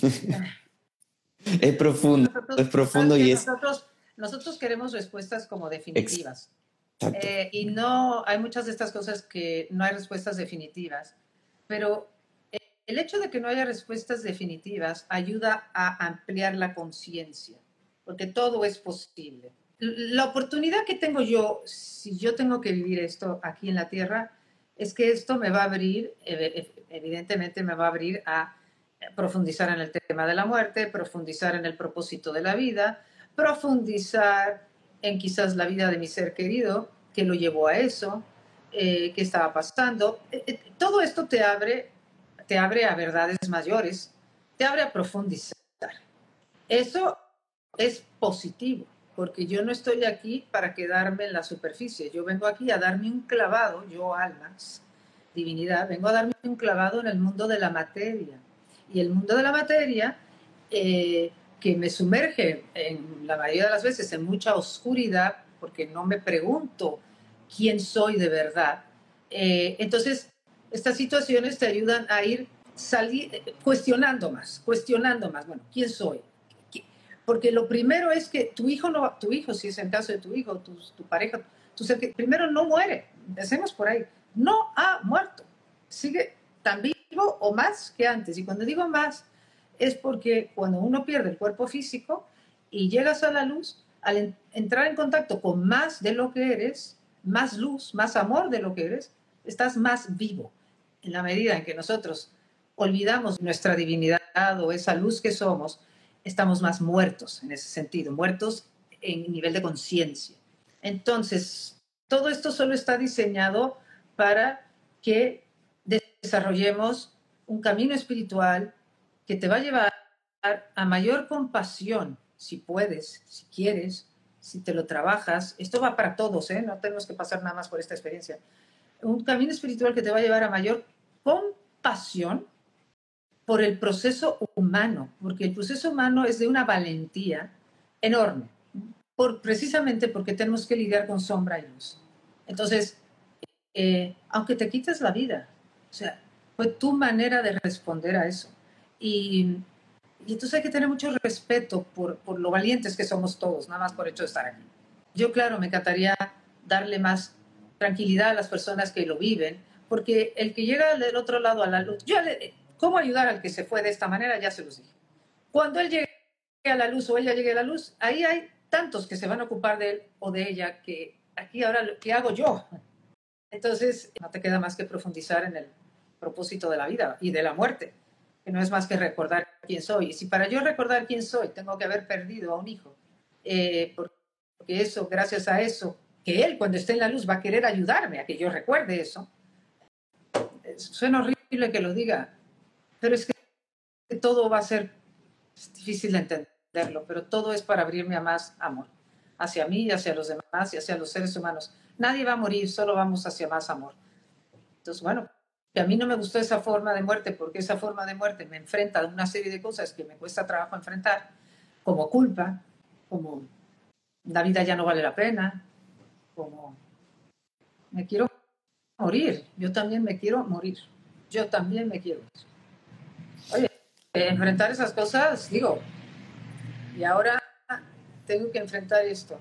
es profundo, es Nosotros, ¿sabes profundo qué? y es Nosotros, nosotros queremos respuestas como definitivas. exacto. Eh, y no, hay muchas de estas cosas que no hay respuestas definitivas, pero el hecho de que no haya respuestas definitivas ayuda a ampliar la conciencia, porque todo es posible. La oportunidad que tengo yo, si yo tengo que vivir esto aquí en la Tierra, es que esto me va a abrir, evidentemente me va a abrir a profundizar en el tema de la muerte, profundizar en el propósito de la vida, profundizar en quizás la vida de mi ser querido, que lo llevó a eso, eh, qué estaba pasando. Eh, eh, todo esto te abre, te abre a verdades mayores, te abre a profundizar. Eso es positivo, porque yo no estoy aquí para quedarme en la superficie. Yo vengo aquí a darme un clavado, yo almas, divinidad, vengo a darme un clavado en el mundo de la materia. Y el mundo de la materia, eh, que me sumerge en la mayoría de las veces en mucha oscuridad, porque no me pregunto quién soy de verdad. Eh, entonces, estas situaciones te ayudan a ir salir, cuestionando más, cuestionando más. Bueno, ¿quién soy? Porque lo primero es que tu hijo, no, tu hijo, si es el caso de tu hijo, tu, tu pareja, tu ser que primero no muere, empecemos por ahí, no ha muerto, sigue tan vivo o más que antes. Y cuando digo más, es porque cuando uno pierde el cuerpo físico y llegas a la luz, al en, entrar en contacto con más de lo que eres, más luz, más amor de lo que eres, estás más vivo. En la medida en que nosotros olvidamos nuestra divinidad o esa luz que somos, estamos más muertos en ese sentido, muertos en nivel de conciencia. Entonces, todo esto solo está diseñado para que desarrollemos un camino espiritual que te va a llevar a mayor compasión, si puedes, si quieres, si te lo trabajas. Esto va para todos, ¿eh? No tenemos que pasar nada más por esta experiencia. Un camino espiritual que te va a llevar a mayor compasión por el proceso humano, porque el proceso humano es de una valentía enorme, por, precisamente porque tenemos que lidiar con sombra y luz. Entonces, eh, aunque te quites la vida, o sea, fue tu manera de responder a eso. Y, y entonces hay que tener mucho respeto por, por lo valientes que somos todos, nada más por el hecho de estar aquí. Yo, claro, me encantaría darle más tranquilidad a las personas que lo viven, porque el que llega del otro lado a la luz, yo le, ¿cómo ayudar al que se fue de esta manera? Ya se los dije. Cuando él llegue a la luz o ella llegue a la luz, ahí hay tantos que se van a ocupar de él o de ella que aquí ahora, ¿qué hago yo? Entonces, no te queda más que profundizar en el propósito de la vida y de la muerte, que no es más que recordar quién soy. Y si para yo recordar quién soy tengo que haber perdido a un hijo, eh, porque eso, gracias a eso, que él cuando esté en la luz va a querer ayudarme a que yo recuerde eso. Suena horrible que lo diga, pero es que todo va a ser difícil de entenderlo, pero todo es para abrirme a más amor, hacia mí, hacia los demás y hacia los seres humanos. Nadie va a morir, solo vamos hacia más amor. Entonces, bueno, que a mí no me gustó esa forma de muerte, porque esa forma de muerte me enfrenta a una serie de cosas que me cuesta trabajo enfrentar, como culpa, como la vida ya no vale la pena, como me quiero morir, yo también me quiero morir, yo también me quiero morir. Oye, enfrentar esas cosas, digo, y ahora tengo que enfrentar esto.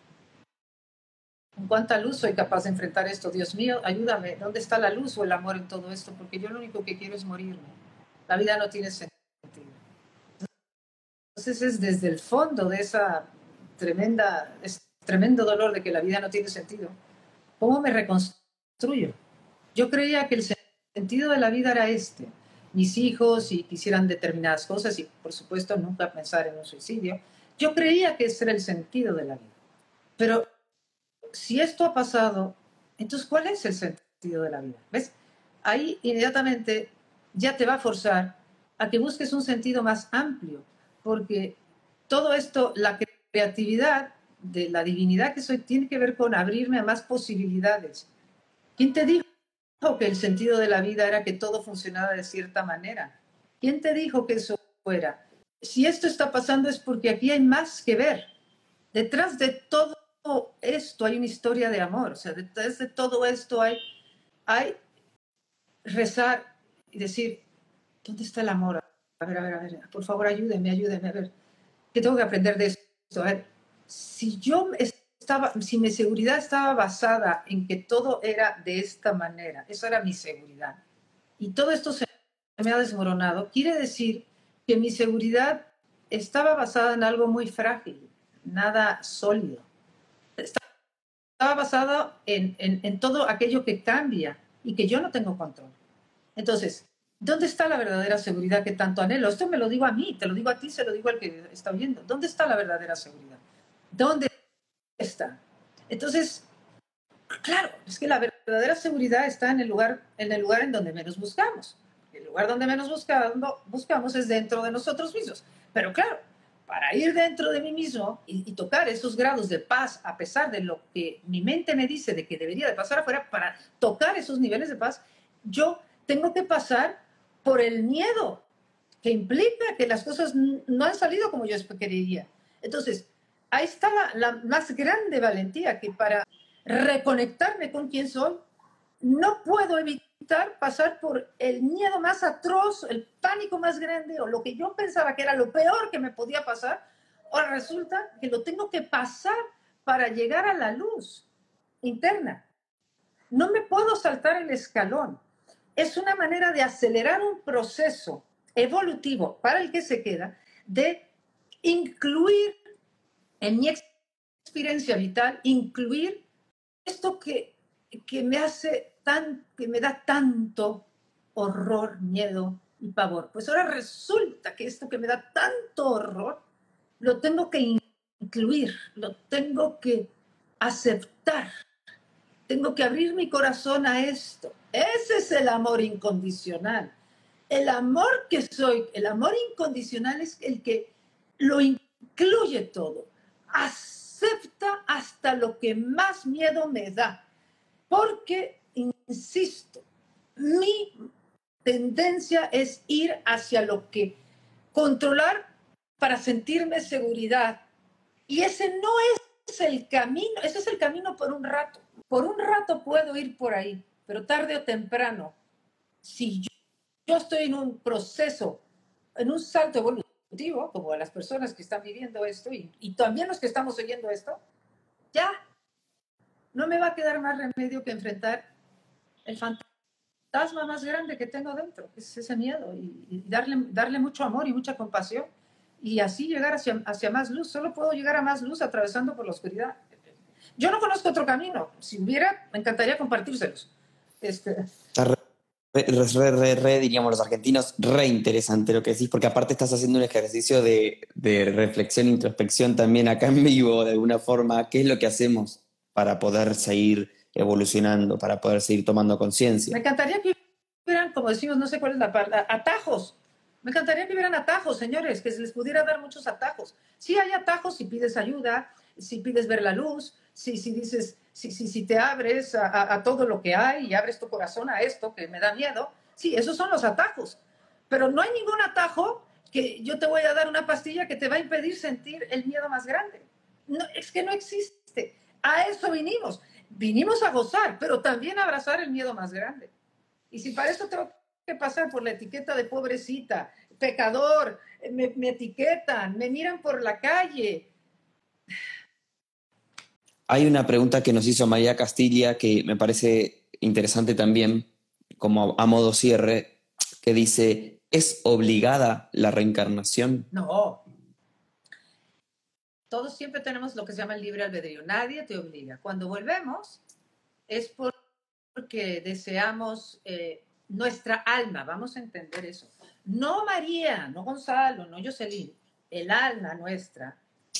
¿Con cuánta luz soy capaz de enfrentar esto? Dios mío, ayúdame. ¿Dónde está la luz o el amor en todo esto? Porque yo lo único que quiero es morirme. La vida no tiene sentido. Entonces es desde el fondo de esa tremenda, ese tremendo dolor de que la vida no tiene sentido. ¿Cómo me reconstruyo? Yo creía que el sentido de la vida era este. Mis hijos, si quisieran determinadas cosas, y por supuesto nunca pensar en un suicidio. Yo creía que ese era el sentido de la vida. Pero si esto ha pasado, entonces, ¿cuál es el sentido de la vida? ¿Ves? Ahí inmediatamente ya te va a forzar a que busques un sentido más amplio, porque todo esto, la creatividad de la divinidad que soy, tiene que ver con abrirme a más posibilidades. ¿Quién te dijo que el sentido de la vida era que todo funcionara de cierta manera? ¿Quién te dijo que eso fuera? Si esto está pasando es porque aquí hay más que ver. Detrás de todo esto hay una historia de amor, o sea, detrás de todo esto hay, hay rezar y decir, ¿dónde está el amor? A ver, a ver, a ver, por favor ayúdenme, ayúdenme, a ver, ¿qué tengo que aprender de esto? A ver, si yo estaba, si mi seguridad estaba basada en que todo era de esta manera, eso era mi seguridad, y todo esto se me ha desmoronado, quiere decir que mi seguridad estaba basada en algo muy frágil, nada sólido. Estaba basada en, en, en todo aquello que cambia y que yo no tengo control. Entonces, ¿dónde está la verdadera seguridad que tanto anhelo? Esto me lo digo a mí, te lo digo a ti, se lo digo al que está oyendo. ¿Dónde está la verdadera seguridad? ¿Dónde está? Entonces, claro, es que la verdadera seguridad está en el lugar en, el lugar en donde menos buscamos. El lugar donde menos buscando, buscamos es dentro de nosotros mismos. Pero claro, para ir dentro de mí mismo y, y tocar esos grados de paz, a pesar de lo que mi mente me dice de que debería de pasar afuera, para tocar esos niveles de paz, yo tengo que pasar por el miedo que implica que las cosas no han salido como yo quería. Entonces, ahí está la, la más grande valentía, que para reconectarme con quién soy, no puedo evitar pasar por el miedo más atroz, el pánico más grande, o lo que yo pensaba que era lo peor que me podía pasar. Ahora resulta que lo tengo que pasar para llegar a la luz interna. No me puedo saltar el escalón. Es una manera de acelerar un proceso evolutivo para el que se queda, de incluir en mi experiencia vital, incluir esto que, que me hace tan, que me da tanto horror, miedo y pavor. Pues ahora resulta que esto que me da tanto horror, lo tengo que incluir, lo tengo que aceptar. Tengo que abrir mi corazón a esto. Ese es el amor incondicional. El amor que soy, el amor incondicional es el que lo incluye todo. Acepta hasta lo que más miedo me da. Porque, insisto, mi tendencia es ir hacia lo que controlar para sentirme seguridad. Y ese no es el camino, ese es el camino por un rato. Por un rato puedo ir por ahí, pero tarde o temprano, si yo, yo estoy en un proceso, en un salto evolutivo, como las personas que están viviendo esto y, y también los que estamos oyendo esto, ya no me va a quedar más remedio que enfrentar el fantasma más grande que tengo dentro, que es ese miedo, y, y darle, darle mucho amor y mucha compasión, y así llegar hacia, hacia más luz. Solo puedo llegar a más luz atravesando por la oscuridad. Yo no conozco otro camino. Si hubiera, me encantaría compartírselos. Este... Re, re, re, re, diríamos los argentinos, re interesante lo que decís, porque aparte estás haciendo un ejercicio de, de reflexión, introspección también acá en vivo, de alguna forma. ¿Qué es lo que hacemos para poder seguir evolucionando, para poder seguir tomando conciencia? Me encantaría que hubieran, como decimos, no sé cuál es la palabra, atajos. Me encantaría que hubieran atajos, señores, que se les pudiera dar muchos atajos. Sí hay atajos si pides ayuda, si pides ver la luz, si, si dices, si, si, si te abres a, a, a todo lo que hay y abres tu corazón a esto que me da miedo. Sí, esos son los atajos. Pero no hay ningún atajo que yo te voy a dar una pastilla que te va a impedir sentir el miedo más grande. No, es que no existe. A eso vinimos. Vinimos a gozar, pero también a abrazar el miedo más grande. Y si para eso tengo que pasar por la etiqueta de pobrecita, pecador, me, me etiquetan, me miran por la calle. Hay una pregunta que nos hizo María Castilla que me parece interesante también, como a modo cierre, que dice, ¿es obligada la reencarnación? No. Todos siempre tenemos lo que se llama el libre albedrío. Nadie te obliga. Cuando volvemos es porque deseamos eh, nuestra alma. Vamos a entender eso. No María, no Gonzalo, no Jocelyn. El alma nuestra.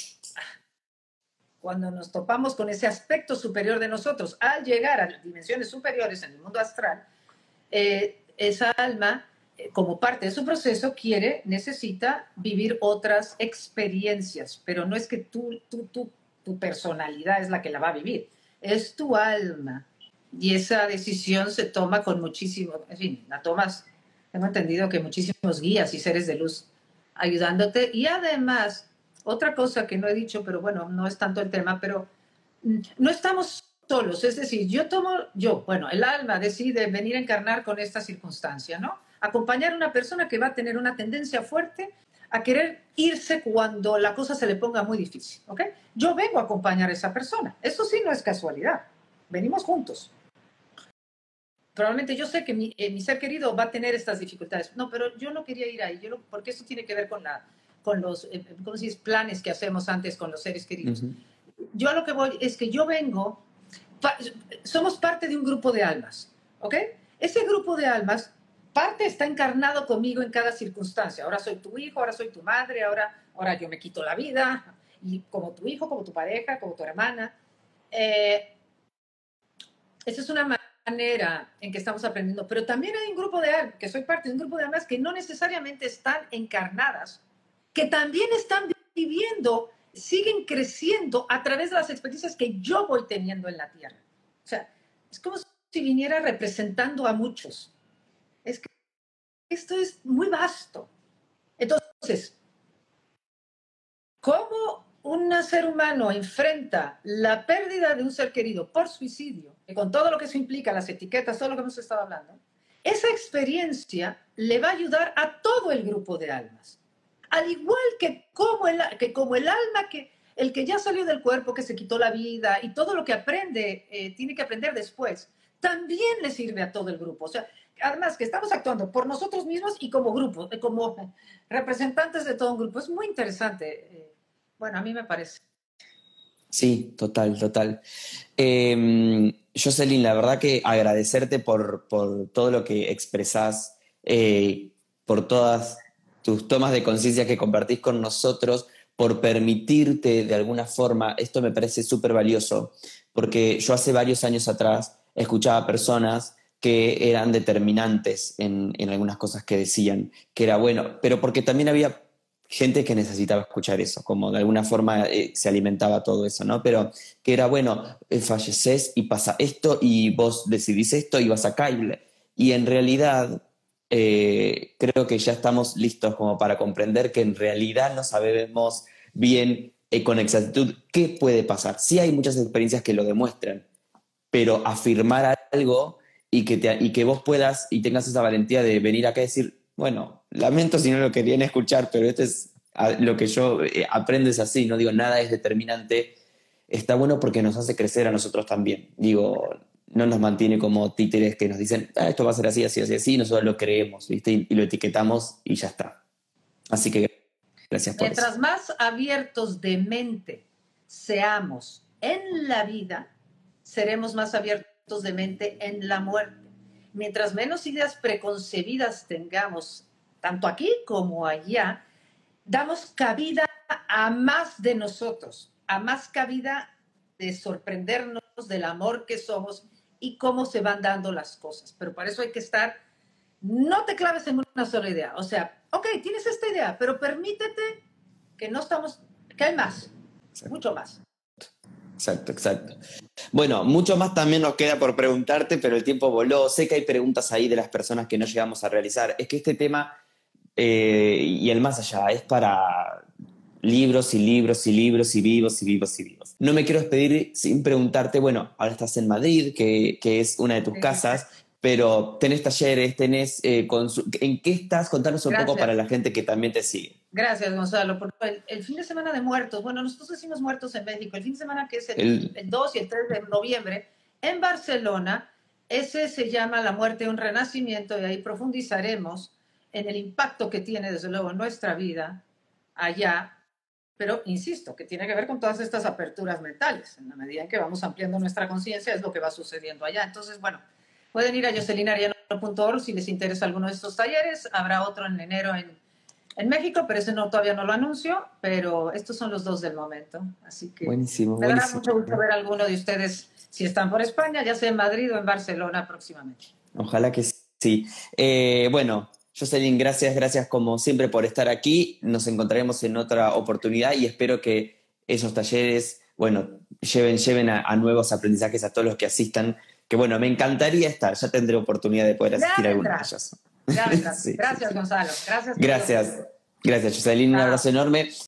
Cuando nos topamos con ese aspecto superior de nosotros, al llegar a dimensiones superiores en el mundo astral, eh, esa alma, eh, como parte de su proceso, quiere, necesita vivir otras experiencias, pero no es que tú, tú, tú, tu personalidad es la que la va a vivir, es tu alma. Y esa decisión se toma con muchísimo, en fin, la tomas, tengo entendido que muchísimos guías y seres de luz ayudándote, y además, otra cosa que no he dicho, pero bueno, no es tanto el tema, pero no estamos solos, es decir, yo tomo, yo, bueno, el alma decide venir a encarnar con esta circunstancia, ¿no? Acompañar a una persona que va a tener una tendencia fuerte a querer irse cuando la cosa se le ponga muy difícil, ¿ok? Yo vengo a acompañar a esa persona, eso sí no es casualidad, venimos juntos. probablemente yo sé que mi, eh, mi ser querido va a tener estas dificultades. No, pero yo no quería ir ahí, yo no, porque eso tiene que ver con, la, con los eh, ¿cómo se dice? Planes que hacemos antes con los seres queridos. Ujú. Yo a lo que voy es que yo vengo, pa, somos parte de un grupo de almas, ¿ok? Ese grupo de almas, parte está encarnado conmigo en cada circunstancia. Ahora soy tu hijo, ahora soy tu madre, ahora, ahora yo me quito la vida, y como tu hijo, como tu pareja, como tu hermana. Eh, esa es una manera en que estamos aprendiendo, pero también hay un grupo de almas, que soy parte de un grupo de almas que no necesariamente están encarnadas, que también están viviendo, siguen creciendo a través de las experiencias que yo voy teniendo en la Tierra. O sea, es como si viniera representando a muchos. Es que esto es muy vasto. Entonces, ¿cómo un ser humano enfrenta la pérdida de un ser querido por suicidio, con todo lo que eso implica, las etiquetas, todo lo que hemos estado hablando? Esa experiencia le va a ayudar a todo el grupo de almas. Al igual que como el, que como el alma, que el que ya salió del cuerpo, que se quitó la vida y todo lo que aprende, eh, tiene que aprender después, también le sirve a todo el grupo. O sea, además que estamos actuando por nosotros mismos y como grupo, como representantes de todo un grupo. Es muy interesante. Eh, bueno, a mí me parece. Sí, total, total. Eh, Jocelyn, la verdad que agradecerte por, por todo lo que expresás, eh, por todas tus tomas de conciencia que compartís con nosotros, por permitirte de alguna forma, esto me parece súper valioso, porque yo hace varios años atrás escuchaba personas que eran determinantes en, en algunas cosas que decían, que era bueno, pero porque también había gente que necesitaba escuchar eso, como de alguna forma eh, se alimentaba todo eso, ¿no? Pero que era, bueno, eh, falleces y pasa esto y vos decidís esto y vas acá. Y, y en realidad eh, creo que ya estamos listos como para comprender que en realidad no sabemos bien eh, con exactitud qué puede pasar. Sí hay muchas experiencias que lo demuestran, pero afirmar algo y que, te, y que vos puedas y tengas esa valentía de venir acá y decir, bueno, lamento si no lo querían escuchar, pero esto es a, lo que yo eh, aprendo es así, no digo, nada es determinante, está bueno porque nos hace crecer a nosotros también, digo, no nos mantiene como títeres que nos dicen, ah, esto va a ser así, así, así, así, y nosotros lo creemos, ¿viste? Y, y lo etiquetamos y ya está. Así que gracias por eso. Mientras más abiertos de mente seamos en la vida, seremos más abiertos de mente en la muerte. Mientras menos ideas preconcebidas tengamos, tanto aquí como allá, damos cabida a más de nosotros, a más cabida de sorprendernos del amor que somos y cómo se van dando las cosas. Pero para eso hay que estar, no te claves en una sola idea. O sea, ok, tienes esta idea, pero permítete que no estamos, que hay más, Exacto. mucho más. Exacto, exacto. Bueno, mucho más también nos queda por preguntarte, pero el tiempo voló. Sé que hay preguntas ahí de las personas que no llegamos a realizar. Es que este tema eh, y el más allá es para libros y libros y libros y vivos y vivos y vivos. No me quiero despedir sin preguntarte, bueno, ahora estás en Madrid, que, que es una de tus Sí. casas, pero tenés talleres, tenés... Eh, consu- ¿en qué estás? Contanos un Gracias. poco para la gente que también te sigue. Gracias, Gonzalo. Por el, el fin de semana de muertos, bueno, nosotros decimos muertos en México, el fin de semana que es el, El, el dos y el tres de noviembre, en Barcelona, ese se llama La muerte, un renacimiento, y ahí profundizaremos en el impacto que tiene, desde luego, en nuestra vida allá, pero insisto, que tiene que ver con todas estas aperturas mentales. En la medida en que vamos ampliando nuestra conciencia, es lo que va sucediendo allá. Entonces, bueno, pueden ir a jocelyn ariano punto org si les interesa alguno de estos talleres. Habrá otro en enero en, en México, pero ese no, todavía no lo anuncio, pero estos son los dos del momento. Así que buenísimo, me dará buenísimo. mucho gusto ver a alguno de ustedes, si están por España, ya sea en Madrid o en Barcelona próximamente. Ojalá que sí. Eh, bueno, Jocelyn, gracias, gracias como siempre por estar aquí. Nos encontraremos en otra oportunidad y espero que esos talleres, bueno, lleven, lleven a, a nuevos aprendizajes a todos los que asistan. Que bueno, me encantaría estar, ya tendré oportunidad de poder asistir Ya a algunos de vendrás. ellos. Ya vendrás. Sí, Gracias, sí, sí. Gonzalo. Gracias. Gracias, gracias, Jocelyn, un Chao. abrazo enorme.